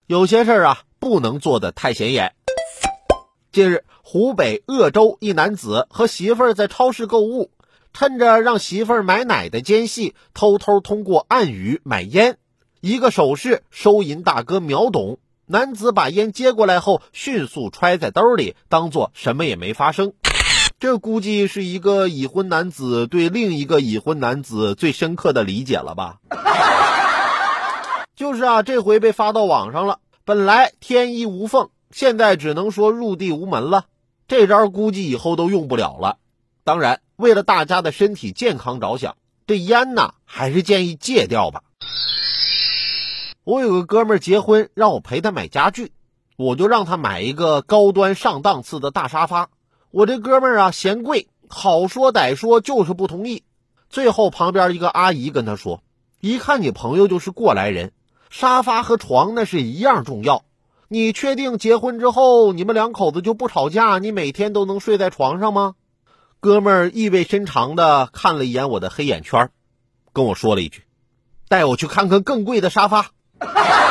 有些事儿啊，不能做得太显眼。近日，湖北鄂州一男子和媳妇儿在超市购物，趁着让媳妇儿买奶的间隙，偷偷通过暗语买烟。一个手势，收银大哥秒懂。男子把烟接过来后，迅速揣在兜里，当作什么也没发生。这估计是一个已婚男子对另一个已婚男子最深刻的理解了吧。就是啊，这回被发到网上了，本来天衣无缝，现在只能说入地无门了。这招估计以后都用不了了。当然，为了大家的身体健康着想，这烟呢，还是建议戒掉吧。我有个哥们儿结婚，让我陪他买家具，我就让他买一个高端上档次的大沙发。我这哥们儿啊嫌贵，好说歹说就是不同意。最后旁边一个阿姨跟他说，一看你朋友就是过来人，沙发和床那是一样重要。你确定结婚之后你们两口子就不吵架，你每天都能睡在床上吗？哥们儿意味深长地看了一眼我的黑眼圈，跟我说了一句，带我去看看更贵的沙发。